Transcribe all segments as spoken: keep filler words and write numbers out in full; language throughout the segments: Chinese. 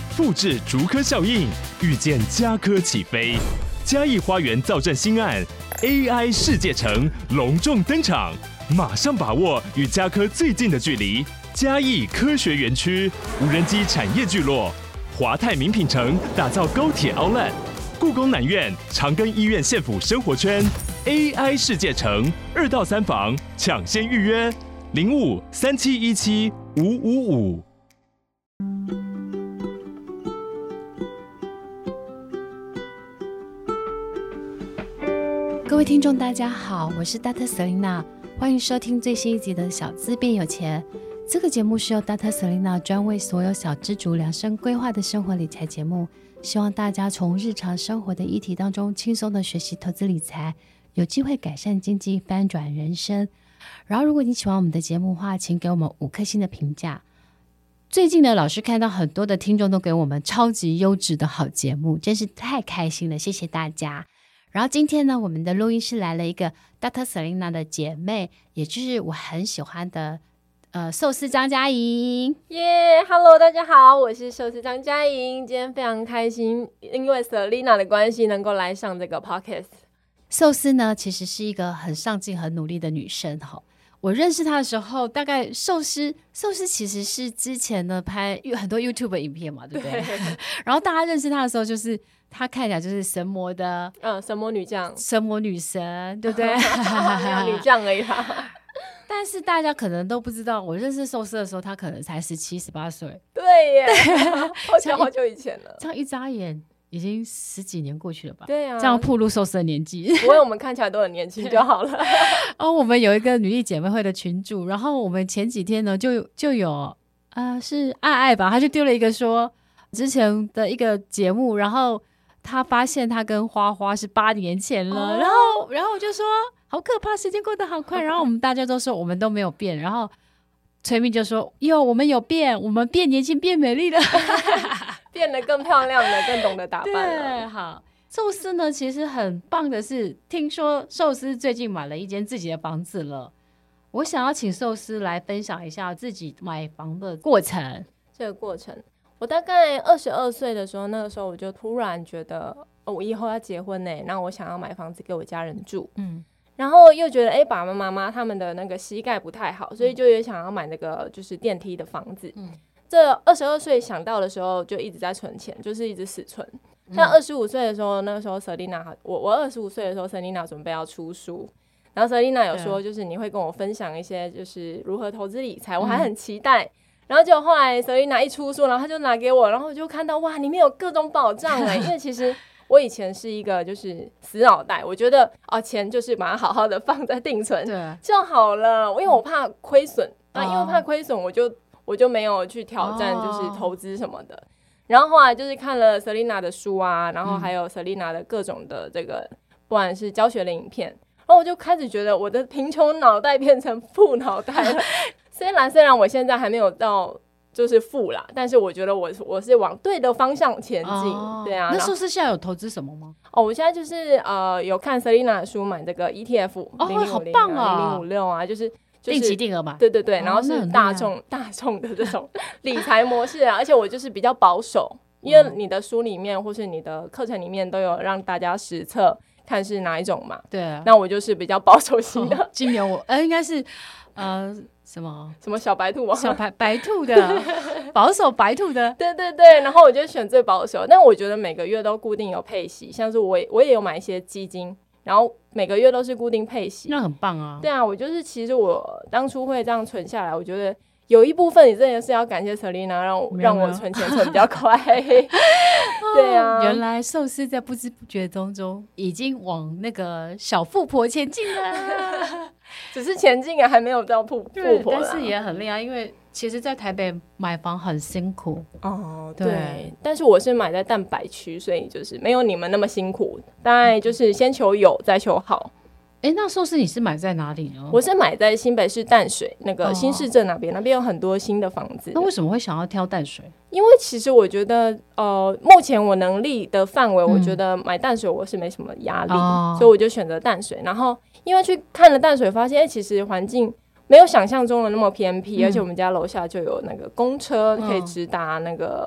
复制竹科效应，预见家科起飞。嘉义花园造镇新案 A I 世界城隆重登场，马上把握与家科最近的距离。嘉义科学园区无人机产业聚落，华泰名品城打造高铁 Outlet， 故宫南院长庚医院县府生活圈 A I 世界城二到三房抢先预约零五三七一七五五五。 各位听众大家好，我是 Dr. Selina， 欢迎收听最新一集的小资变有钱。这个节目是由 Dr. Selina 专为所有小资族量身规划的生活理财节目，希望大家从日常生活的议题当中轻松的学习投资理财，有机会改善经济，翻转人生。然后如果你喜欢我们的节目的话，请给我们五颗星的评价。最近呢，老师看到很多的听众都给我们超级优质的好节目，真是太开心了，谢谢大家。然后今天呢，我们的录音室来了一个 Dr. Selina 的姐妹，也就是我很喜欢的呃寿司张佳莹。 耶、yeah, ，Hello， 大家好，我是寿司张佳莹。今天非常开心，因为 Selina 的关系，能够来上这个 podcast。 寿司呢，其实是一个很上进、很努力的女生哈。我认识她的时候，大概寿司寿司其实是之前呢拍很多 YouTube 影片嘛，对不对？对然后大家认识她的时候，就是她看起来就是神魔的， 嗯，神魔女将， 神魔女神，对不对？ 女将而已啦。 但是大家可能都不知道，我认识寿司的时候，她可能才十七、十八岁。 对耶，好久好久以前了。 这样一眨眼，已经十几年过去了吧？ 对啊， 这样暴露寿司的年纪。 不过我们看起来都很年轻就好了。 哦，我们有一个女力姐妹会的群组，然后我们前几天呢，就就有呃是爱爱吧，她就丢了一个说之前的一个节目，然后她发现她跟花花是八年前了，哦、然后然后我就说好可怕，时间过得好快，然后我们大家都说我们都没有变，然后崔明就说哟，我们有变，我们变年轻变美丽了。 变得更漂亮了，更懂得打扮了。 对，好，寿司呢，其实很棒的是，听说寿司最近买了一间自己的房子了。我想要请寿司来分享一下自己买房的过程。 这个过程，我大概二十二岁的时候，那个时候我就突然觉得，哦，我以后要结婚呢，那我想要买房子给我家人住。嗯。然后又觉得，哎，爸爸妈妈他们的那个膝盖不太好，所以就也想要买那个就是电梯的房子。嗯。这二十二岁想到的时候，就一直在存钱，就是一直死存。像二十五岁的时候，那个时候 Selina 我我二十五岁的时候 ，Selina 准备要出书，然后 Selina 有说，就是你会跟我分享一些就是如何投资理财，我还很期待。嗯、然后结果后来 Selina 一出书，然后他就拿给我，然后我就看到哇，里面有各种宝藏哎、欸，因为其实我以前是一个就是死脑袋，我觉得哦钱就是把它好好的放在定存就好了，因为我怕亏损，那、嗯啊、因为怕亏损我就。我就没有去挑战就是投资什么的、oh. 然后后来就是看了 Selina 的书啊，然后还有 Selina 的各种的这个不管是教学的影片，然后我就开始觉得我的贫穷脑袋变成富脑袋了虽然虽然我现在还没有到就是富啦，但是我觉得我我是往对的方向前进、oh. 对啊。 那寿司现在有投资什么吗？ 哦，我现在就是呃有看 Selina 的书，买这个 E T F 哦，好棒啊， 零零五六啊，就是就是、 定期定额嘛， 对对对，然后是大众、哦、大众的这种理财模式啊，而且我就是比较保守，因为你的书里面或是你的课程里面都有让大家实测看是哪一种嘛， 对啊， 那我就是比较保守型的。 哦、今年我呃应该是呃什么什么小白兔吗？ 小白白兔的保守白兔的， 对对对，然后我就选最保守，但我觉得每个月都固定有配息，像是我也我也有买一些基金。然后每个月都是固定配息， 那很棒啊。 对啊，我就是其实我当初会这样存下来，我觉得有一部分你真的是要感谢 Selina 让我让我存钱存比较快。对啊， 原来寿司在不知不觉当中已经往那个小富婆前进了。 只是前进啊，还没有到富富婆， 但是也很厉害，因为其实在台北买房很辛苦哦。对，对，但是我是买在蛋白区，所以就是没有你们那么辛苦，大概就是先求有再求好。 哎，那寿司你是买在哪里呢？ 我是买在新北市淡水那个新市镇那边、哦、那边有很多新的房子。 那为什么会想要挑淡水？ 因为其实我觉得呃，目前我能力的范围、嗯、我觉得买淡水我是没什么压力、哦、所以我就选择淡水。然后因为去看了淡水发现、欸、其实环境没有想象中的那么偏僻、嗯、而且我们家楼下就有那个公车可以直达那个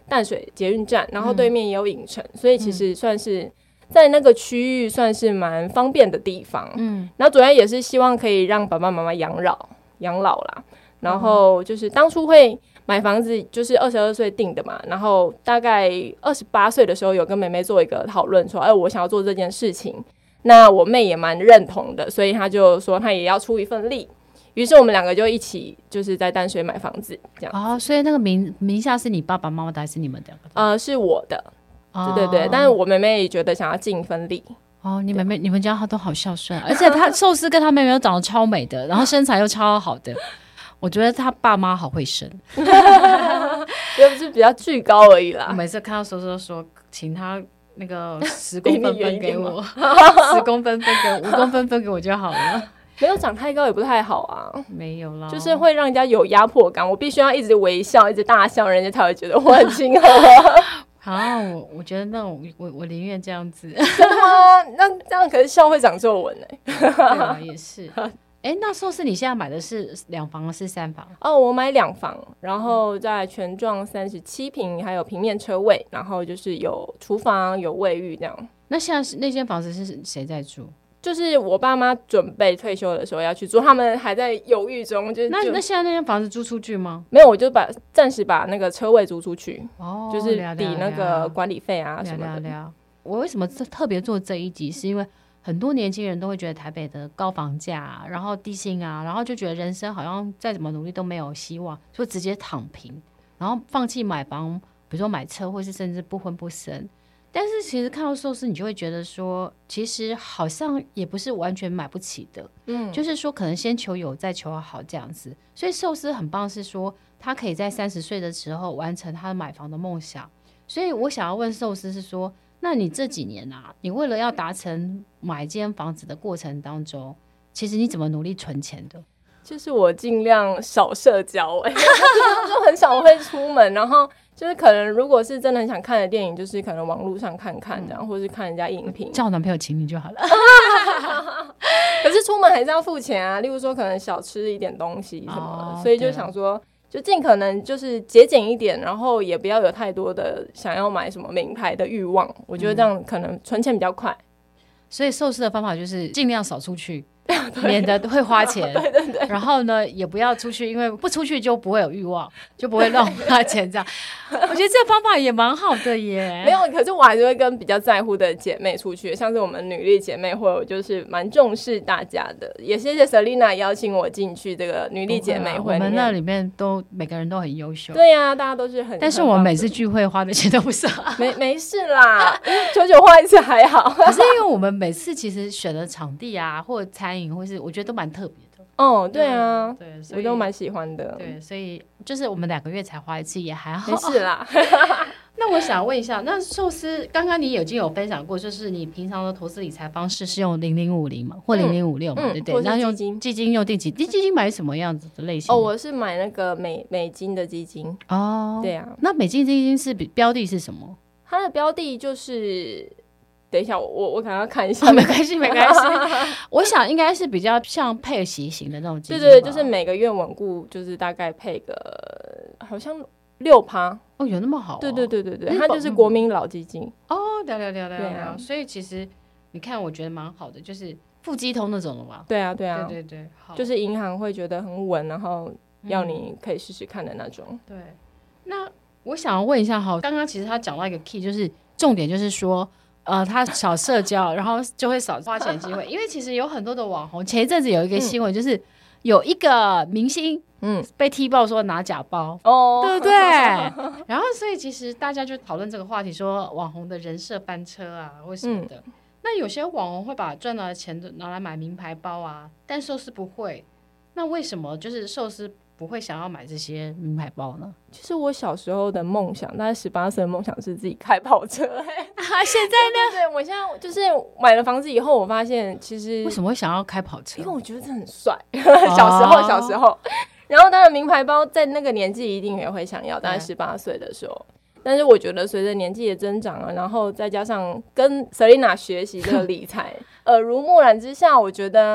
淡水捷运站，然后对面也有影城、嗯、所以其实算是在那个区域算是蛮方便的地方。嗯，然后主要也是希望可以让爸爸妈妈养老养老啦。然后就是当初会买房子，就是二十二岁定的嘛，然后大概二十八岁的时候有跟妹妹做一个讨论，说，哎，我想要做这件事情。那我妹也蛮认同的，所以她就说她也要出一份力。于是我们两个就一起就是在淡水买房子，这样。 哦，所以那个名名下是你爸爸妈妈的还是你们的？ 呃，是我的。哦、对对对，但是我妹妹也觉得想要尽分力。 哦，你妹妹你们家她都好孝顺，而且她寿司跟她妹妹都长得超美的，然后身材又超好的。我觉得他爸妈好会生， 也不是比较巨高而已啦。 我每次看到寿司都说，请他那个十公分分给我，十公分分给我，五公分分给我就好了。 没有长太高也不太好啊， 没有啦， 就是会让人家有压迫感。我必须要一直微笑，一直大笑，人家才会觉得我很亲和。 啊，我我觉得那种我我宁愿这样子。 真的吗？那这样可是笑会长皱纹哎。 对啊，也是。哎，那寿司你现在买的是两房是三房？ 哦，我买两房，然后在全幢三十七坪，还有平面车位，然后就是有厨房有卫浴这样。 那现在是那间房子是谁在住？ 就是我爸妈准备退休的时候要去住，他们还在犹豫中。就是那那现在那间房子租出去吗？ 没有，我就把暂时把那个车位租出去， 哦， 就是抵那个管理费啊什么的。 聊聊我为什么特别做这一集，是因为很多年轻人都会觉得台北的高房价、啊、然后低薪啊，然后就觉得人生好像再怎么努力都没有希望，就直接躺平，然后放弃买房，比如说买车，或是甚至不婚不生。但是其实看到寿司，你就会觉得说，其实好像也不是完全买不起的，嗯，就是说可能先求有，再求好这样子。所以寿司很棒，是说他可以在三十岁的时候完成他买房的梦想。所以我想要问寿司是说，那你这几年啊，你为了要达成买间房子的过程当中，其实你怎么努力存钱的？ 就是我尽量少社交、欸，就很少会出门，然后就是可能如果是真的很想看的电影，就是可能网络上看看这样，嗯、或是看人家影评， 叫我男朋友请你就好了。 可是出门还是要付钱啊，例如说可能小吃一点东西什么的，哦、所以就想说。就尽可能就是节俭一点，然后也不要有太多的想要买什么名牌的欲望，我觉得这样可能存钱比较快。嗯、 所以寿司的方法就是尽量少出去，免得会花钱。 对对对。 然后呢，也不要出去，因为不出去就不会有欲望，就不会乱花钱这样。我觉得这个方法也蛮好的耶。 没有，可是我还是会跟比较在乎的姐妹出去，像是我们女力姐妹会，我就是蛮重视大家的。也谢谢 Selina 邀请我进去这个女力姐妹会、啊， 我们那里面都每个人都很优秀。 对呀、啊，大家都是很。 但是我们每次聚会花的钱都不少。 没没事啦，久久花一次还好。 可是因为我们每次其实选的场地啊，或者餐饮，或是我觉得都蛮特别的。 哦，对啊， 对， 我都蛮喜欢的。 对，所以就是我们两个月才花一次也还好， 没事啦。 那我想问一下，那寿司刚刚你已经有分享过，就是你平常的投资理财方式是用零零五零嘛，或零零五六嘛，嗯、对不对？然后用基金，基金用定期，基金买什么样子的类型？ 哦，我是买那个美美金的基金。哦，对啊。 那美金基金是标的是什么？ 它的标的就是。等一下，我我我可能要看一下， 哦、没关系没关系。我想应该是比较像配息型的那种基金， 对对，就是每个月稳固，就是大概配个好像六趴哦，有那么好、哦？ 对对对对对，它就是国民老基金、 嗯、哦，聊聊聊聊聊。所以其实你看，我觉得蛮好的，就是富基通那种的嘛。 对啊对啊， 对对对，好就是银行会觉得很稳，然后要你可以试试看的那种。 嗯、对，那我想要问一下哈，刚刚其实他讲到一个 key， 就是重点就是说。呃，他少社交，然后就会少花钱机会，因为其实有很多的网红，前一阵子有一个新闻，就是有一个明星，嗯，被踢爆说拿假包，哦，对不对？然后所以其实大家就讨论这个话题，说网红的人设翻车啊，或什么的。嗯、那有些网红会把赚到的钱拿来买名牌包啊，但寿司不会。那为什么就是寿司不会想要买这些名牌包呢？ 其实我小时候的梦想，大概十八岁的梦想是自己开跑车、欸。 啊，现在呢？ 对，我现在就是买了房子以后，我发现其实为什么会想要开跑车？ 因为我觉得这很帅。小时候，小时候，然后当然名牌包在那个年纪一定也会想要，大概十八岁的时候。但是我觉得随着年纪的增长啊，然后再加上跟 Selina 学习这个理财，耳濡目染之下，我觉得。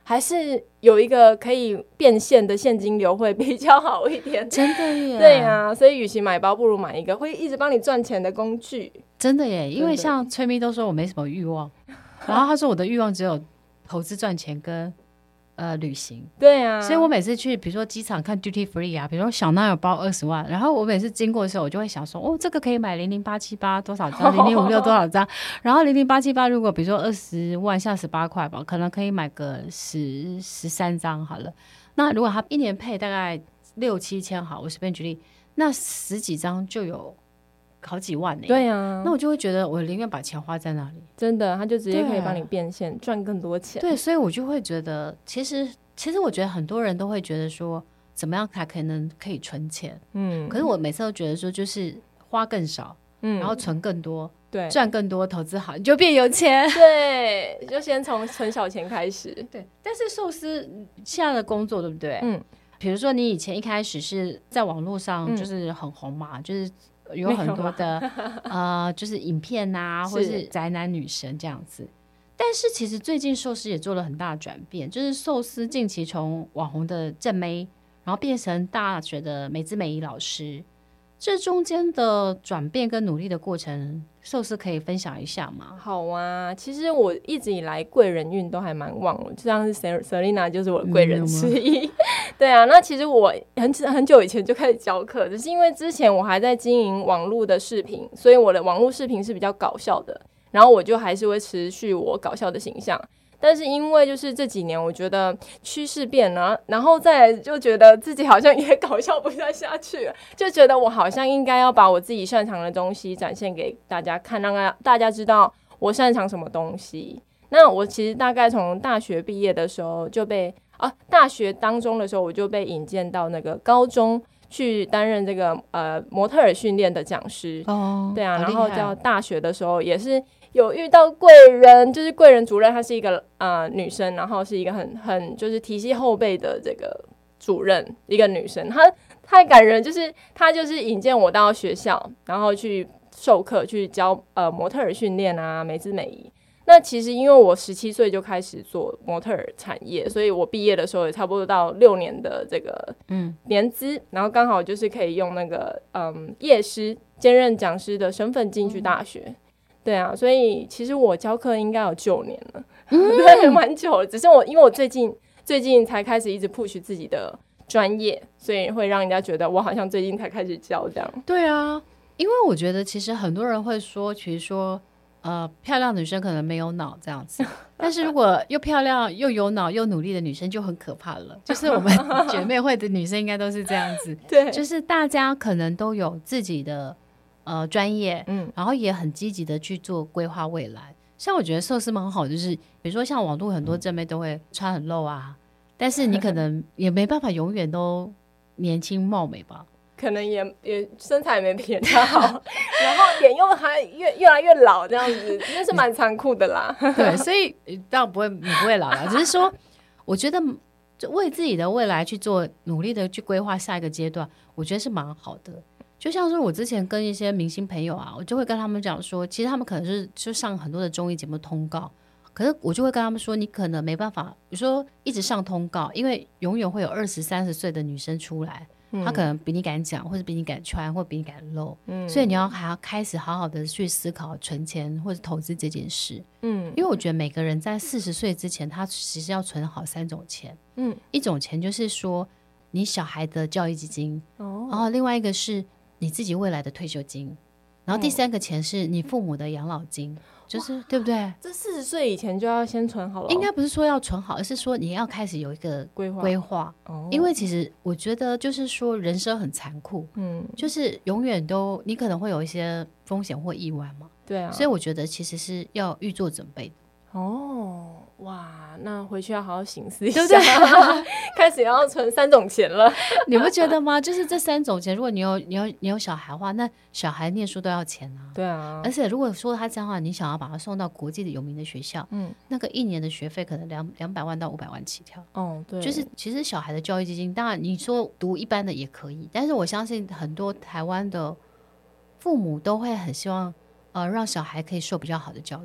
还是有一个可以变现的现金流会比较好一点。 真的耶。 对啊，所以与其买包不如买一个会一直帮你赚钱的工具。 真的耶，因为像崔咪都说我没什么欲望，然后他说我的欲望只有投资赚钱跟呃旅行。 对啊， 所以我每次去比如说机场看 duty free 啊，比如说小奈有包二十万，然后我每次经过的时候我就会想说，哦，这个可以买零零八七八多少张，零零五六多少张，然后零零八七八如果比如说二十万像十八块吧，可能可以买个十十三张好了。那如果他一年配大概六七千好，我随便举例，那十几张就有好几万呢、欸。 对啊， 那我就会觉得我宁愿把钱花在那里。 真的，他就直接可以帮你变现赚更多钱。 对，所以我就会觉得其实其实我觉得很多人都会觉得说怎么样才可能可以存钱，嗯，可是我每次都觉得说就是花更少，嗯，然后存更多，对，赚更多，投资好你就变有钱。 对，就先从存小钱开始。 对，但是寿司现在的工作对不对？嗯，比如说你以前一开始是在网络上就是很红嘛，嗯、就是有很多的呃，就是影片啊，或是宅男女神这样子。但是其实最近寿司也做了很大的转变，就是寿司近期从网红的正妹，然后变成大学的美姿美仪老师，这中间的转变跟努力的过程，寿司可以分享一下吗？ 好啊，其实我一直以来贵人运都还蛮旺的，就像是 Selina 就是我的贵人之一、嗯、对啊，那其实我很很久以前就开始教课，只是因为之前我还在经营网络的视频，所以我的网络视频是比较搞笑的，然后我就还是会持续我搞笑的形象，但是因为就是这几年我觉得趋势变了，然后再来就觉得自己好像也搞笑不太下去了，就觉得我好像应该要把我自己擅长的东西展现给大家看，让大家知道我擅长什么东西。那我其实大概从大学毕业的时候就被啊，大学当中的时候我就被引荐到那个高中去担任这个呃模特儿训练的讲师。哦，对啊，然后到大学的时候也是有遇到贵人，就是贵人主任，她是一个呃女生，然后是一个很很就是体系后辈的这个主任，一个女生，她太感人，就是她就是引荐我到学校，然后去授课，去教呃模特儿训练啊，美姿美仪。那其实因为我十七岁就开始做模特儿产业，所以我毕业的时候也差不多到六年的这个嗯年资，然后刚好就是可以用那个嗯业师兼任讲师的身份进去大学。嗯，对啊，所以其实我教课应该有九年了，嗯、对，蛮久了。只是我因为我最近最近才开始一直 push 自己的专业，所以会让人家觉得我好像最近才开始教这样。 对啊，因为我觉得其实很多人会说，其实说呃漂亮女生可能没有脑这样子，但是如果又漂亮又有脑又努力的女生就很可怕了。就是我们姐妹会的女生应该都是这样子，对，就是大家可能都有自己的。呃，专业，嗯，然后也很积极的去做规划未来。像我觉得寿司蛮好，就是比如说像网络很多正妹都会穿很露啊，但是你可能也没办法永远都年轻貌美吧， 可能也也身材也没比人家好，然后脸又还越越来越老，这样子那是蛮残酷的啦。 对，所以当然不会，你不会老了，只是说我觉得就为自己的未来去做努力的去规划下一个阶段，我觉得是蛮好的。就像是我之前跟一些明星朋友啊，我就会跟他们讲说，其实他们可能是就上很多的综艺节目通告，可是我就会跟他们说，你可能没办法，比如说一直上通告，因为永远会有二十三十岁的女生出来，嗯、她可能比你敢讲，或者比你敢穿，或者比你敢露，嗯、所以你要还要开始好好的去思考存钱或者投资这件事，嗯，因为我觉得每个人在四十岁之前，他其实要存好三种钱，嗯，一种钱就是说你小孩的教育基金，哦，然后另外一个是你自己未来的退休金，然后第三个钱是你父母的养老金，就是对不对？ 这四十岁以前就要先存好了。 应该不是说要存好，而是说你要开始有一个规划规划、哦、因为其实我觉得就是说人生很残酷，嗯，就是永远都你可能会有一些风险或意外嘛， 对啊， 所以我觉得其实是要预做准备的。 哦，哇，那回去要好好省思一下，对不对？开始要存三种钱了， 你不觉得吗？就是这三种钱，如果你有你有你有小孩的话，那小孩念书都要钱啊。 对啊， 而且如果说他这样的话，你想要把他送到国际的有名的学校，嗯，那个一年的学费可能两两百万到五百万起跳。哦，对，就是其实小孩的教育基金，当然你说读一般的也可以，但是我相信很多台湾的父母都会很希望，呃，让小孩可以受比较好的教育。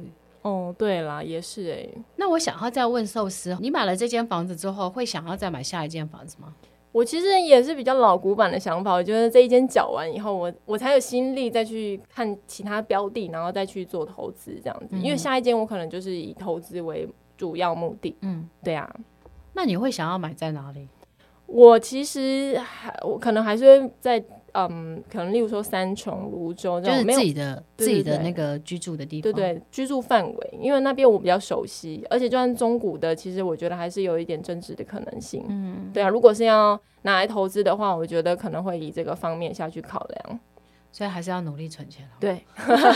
哦，对啦，也是哎、欸。 那我想要再问寿司，你买了这间房子之后，会想要再买下一间房子吗？ 我其实也是比较老古板的想法，我觉得这一间缴完以后，我我才有心力再去看其他标的，然后再去做投资这样子、嗯。因为下一间我可能就是以投资为主要目的。嗯，对啊。 那你会想要买在哪里？ 我其实还我可能还是会在嗯，可能例如说三重、泸州这种， 就是自己的对对对自己的那个居住的地方， 对对，居住范围，因为那边我比较熟悉，而且就算中古的，其实我觉得还是有一点增值的可能性。嗯，对啊，如果是要拿来投资的话，我觉得可能会以这个方面下去考量， 所以还是要努力存钱。 对，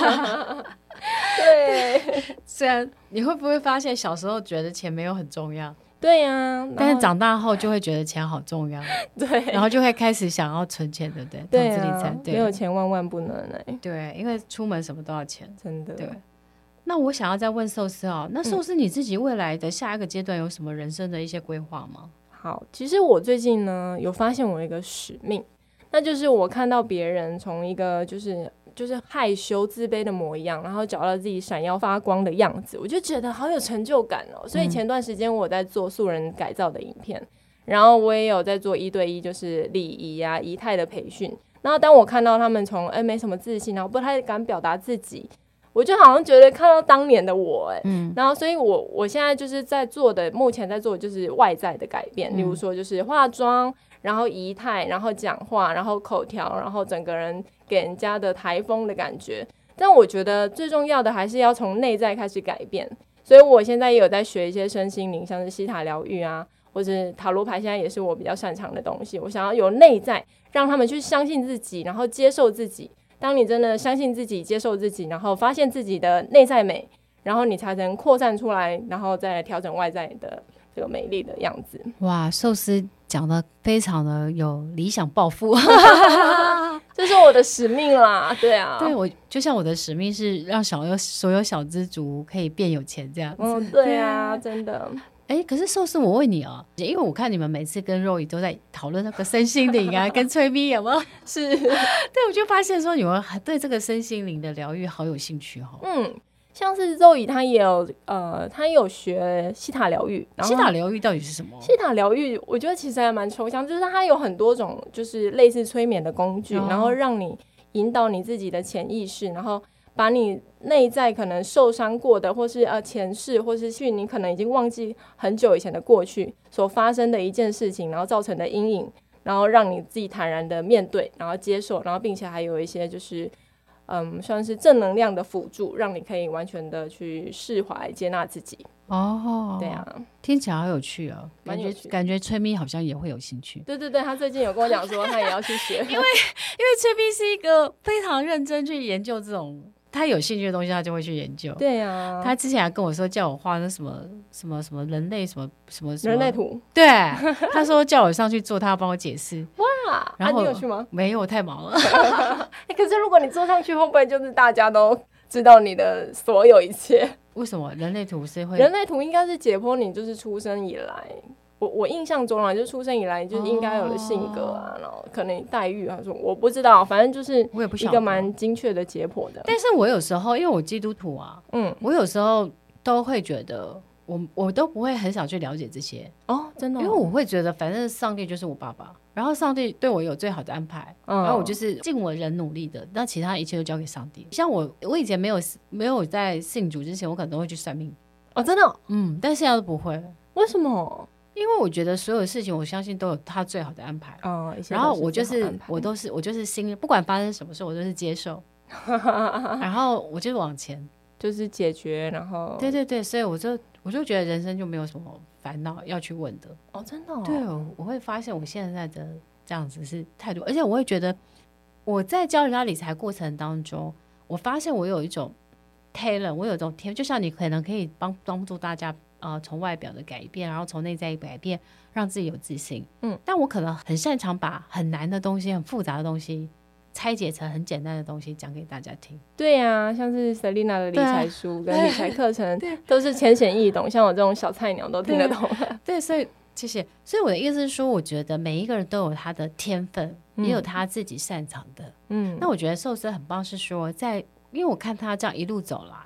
对。 虽然你会不会发现小时候觉得钱没有很重要？ 对呀、啊， 但是长大后就会觉得钱好重要， 对， 然后就会开始想要存钱，对不对？ 对、啊， 投资理财，对， 没有钱万万不能哎、欸。 对，因为出门什么都要钱， 真的。 对。那我想要再问寿司哦，那寿司你自己未来的下一个阶段有什么人生的一些规划吗？ 好，其实我最近呢有发现我有一个使命，那就是我看到别人从一个就是就是害羞自卑的模样，然后找到自己闪耀发光的样子，我就觉得好有成就感哦。所以前段时间我在做素人改造的影片、嗯、然后我也有在做一对一就是礼仪啊仪态的培训，然后当我看到他们从哎没什么自信，然后不太敢表达自己，我就好像觉得看到当年的我哎、嗯，然后所以我我现在就是在做的，目前在做的就是外在的改变、嗯、例如说就是化妆，然后仪态，然后讲话，然后口条，然后整个人给人家的台风的感觉。但我觉得最重要的还是要从内在开始改变，所以我现在也有在学一些身心灵，像是西塔疗愈啊，或是塔罗牌，现在也是我比较擅长的东西。我想要有内在，让他们去相信自己，然后接受自己。当你真的相信自己，接受自己，然后发现自己的内在美，然后你才能扩散出来，然后再来调整外在的这个美丽的样子。 哇，寿司讲的非常的有理想抱负这是我的使命啦。对啊， 对，我就像我的使命是让小有所有小资族可以变有钱这样子。 嗯，对啊，真的。 哎，可是寿司我问你哦，因为我看你们每次跟肉姨都在讨论那个身心灵啊跟催眠有没有是对，我就发现说你们对这个身心灵的疗愈好有兴趣哦。 嗯，像是肉姨她也有呃，她也有学西塔疗愈。 西塔疗愈到底是什么？ 西塔疗愈我觉得其实还蛮抽象，就是它有很多种就是类似催眠的工具、哦、然后让你引导你自己的潜意识，然后把你内在可能受伤过的，或是呃前世，或是去你可能已经忘记很久以前的过去所发生的一件事情，然后造成的阴影，然后让你自己坦然的面对，然后接受，然后并且还有一些就是嗯算是正能量的辅助，让你可以完全的去释怀接纳自己。 哦， 对啊， 听起来好有趣哦，感觉感觉崔咪好像也会有兴趣。 对对对，他最近有跟我讲说他也要去学，因为因为崔咪是一个非常认真去研究这种。他有兴趣的东西他就会去研究。 对啊， 他之前还跟我说叫我画那什么什么什么人类什么什么什么人类图。 对，他说叫我上去做，他要帮我解释。 哇，然后、啊、你有去吗？ 没有，我太忙了、 欸、可是如果你坐上去会不会就是大家都知道你的所有一切？ 为什么人类图是会？ 人类图应该是解剖你就是出生以来，我我印象中啦，就是出生以来就是应该有的性格啊，哦、然后可能待遇啊，说我不知道，反正就是一个蛮精确的解剖的。 但是我有时候因为我基督徒啊，嗯，我有时候都会觉得我我都不会很想去了解这些哦，真的、哦， 因为我会觉得反正上帝就是我爸爸，然后上帝对我有最好的安排，嗯、然后我就是尽我人努力的，那其他一切都交给上帝。像我我以前没有没有在信主之前，我可能都会去算命哦，真的、哦， 嗯，但现在都不会。 为什么？ 因为我觉得所有事情我相信都有他最好的安排、哦、然后我就是我都是我就是心不管发生什么事我都是接受然后我就往前就是解决，然后对对对，所以我就我就觉得人生就没有什么烦恼要去问的。 哦，真的、哦、 对，我会发现我现在的这样子是态度，而且我会觉得我在教人家理财过程当中，我发现我有一种 talent， 我有一种天，就像你可能可以帮帮助大家呃，从外表的改变，然后从内在改变，让自己有自信。嗯，但我可能很擅长把很难的东西、很复杂的东西拆解成很简单的东西讲给大家听。 对啊，像是 Selina 的理财书跟理财课程都是浅显易懂，像我这种小菜鸟都听得懂。 对，对，所以谢谢。所以我的意思是说，我觉得每一个人都有他的天分，嗯、也有他自己擅长的。嗯，那我觉得寿司很棒，是说在因为我看他这样一路走来。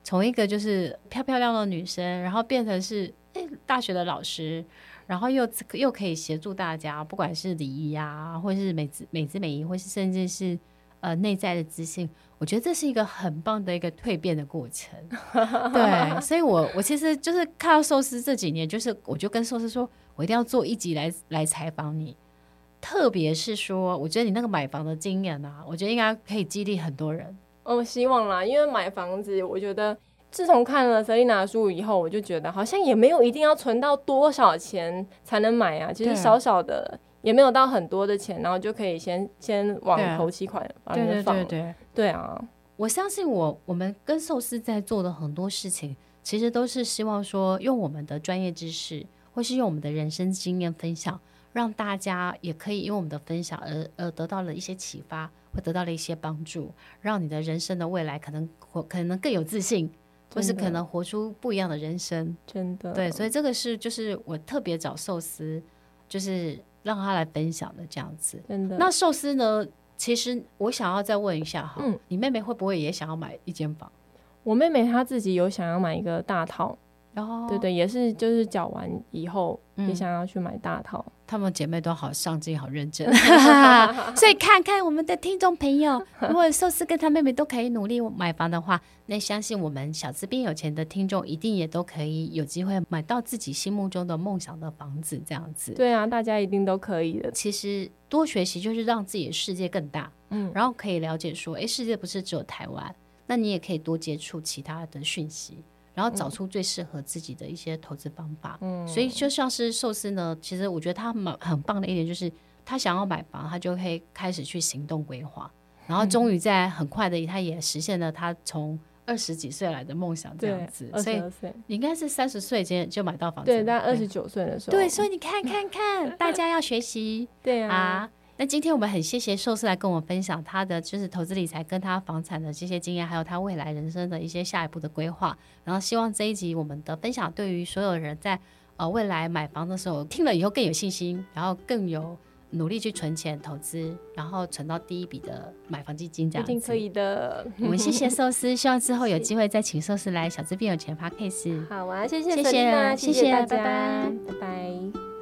从一个就是漂漂亮的女生，然后变成是、欸、大学的老师，然后又又可以协助大家，不管是礼仪啊，或是美姿美姿美仪，或是甚至是呃内在的自信，我觉得这是一个很棒的一个蜕变的过程。对，所以我我其实就是看到寿司这几年，就是我就跟寿司说，我一定要做一集来来采访你。特别是说，我觉得你那个买房的经验啊，我觉得应该可以激励很多人。 我、哦、希望啦，因为买房子，我觉得自从看了 Selina 的书以后，我就觉得好像也没有一定要存到多少钱才能买啊，其实少少的也没有到很多的钱，然后就可以先先往头期款把那放。对对对对对啊！ 我相信我我们跟寿司在做的很多事情，其实都是希望说用我们的专业知识，或是用我们的人生经验分享，让大家也可以因为我们的分享而而得到了一些启发，或得到了一些帮助，让你的人生的未来可能活可能更有自信，或是可能活出不一样的人生。 真的， 对，所以这个是就是我特别找寿司，就是让他来分享的这样子。 真的。 那寿司呢？其实我想要再问一下哈、嗯，你妹妹会不会也想要买一间房？ 我妹妹她自己有想要买一个大套。 哦， 对对，也是就是缴完以后也想要去买大套。嗯， 她们姐妹都好上进好认真所以看看我们的听众朋友，如果寿司跟她妹妹都可以努力买房的话，那相信我们小资变有钱的听众一定也都可以有机会买到自己心目中的梦想的房子这样子。 对啊，大家一定都可以的。 其实多学习就是让自己的世界更大，嗯，然后可以了解说哎，世界不是只有台湾，那你也可以多接触其他的讯息，然后找出最适合自己的一些投资方法。嗯，所以就像是寿司呢，其实我觉得他很棒的一点就是他想要买房，他就可以开始去行动规划，然后终于在很快的他也实现了他从二十几岁来的梦想这样子。所以你应该是三十岁前就买到房子。 对，大概二十九岁的时候。 对，所以你看看看大家要学习。 对啊, 啊那今天我们很谢谢寿司来跟我们分享他的就是投资理财跟他房产的这些经验，还有他未来人生的一些下一步的规划。然后希望这一集我们的分享对于所有人在呃未来买房的时候听了以后更有信心，然后更有努力去存钱投资，然后存到第一笔的买房基金这样子。 一定可以的。 我们谢谢寿司，希望之后有机会再请寿司来小资变有钱 Podcast。 好啊，谢谢谢谢谢谢大家， 谢谢，拜拜拜拜。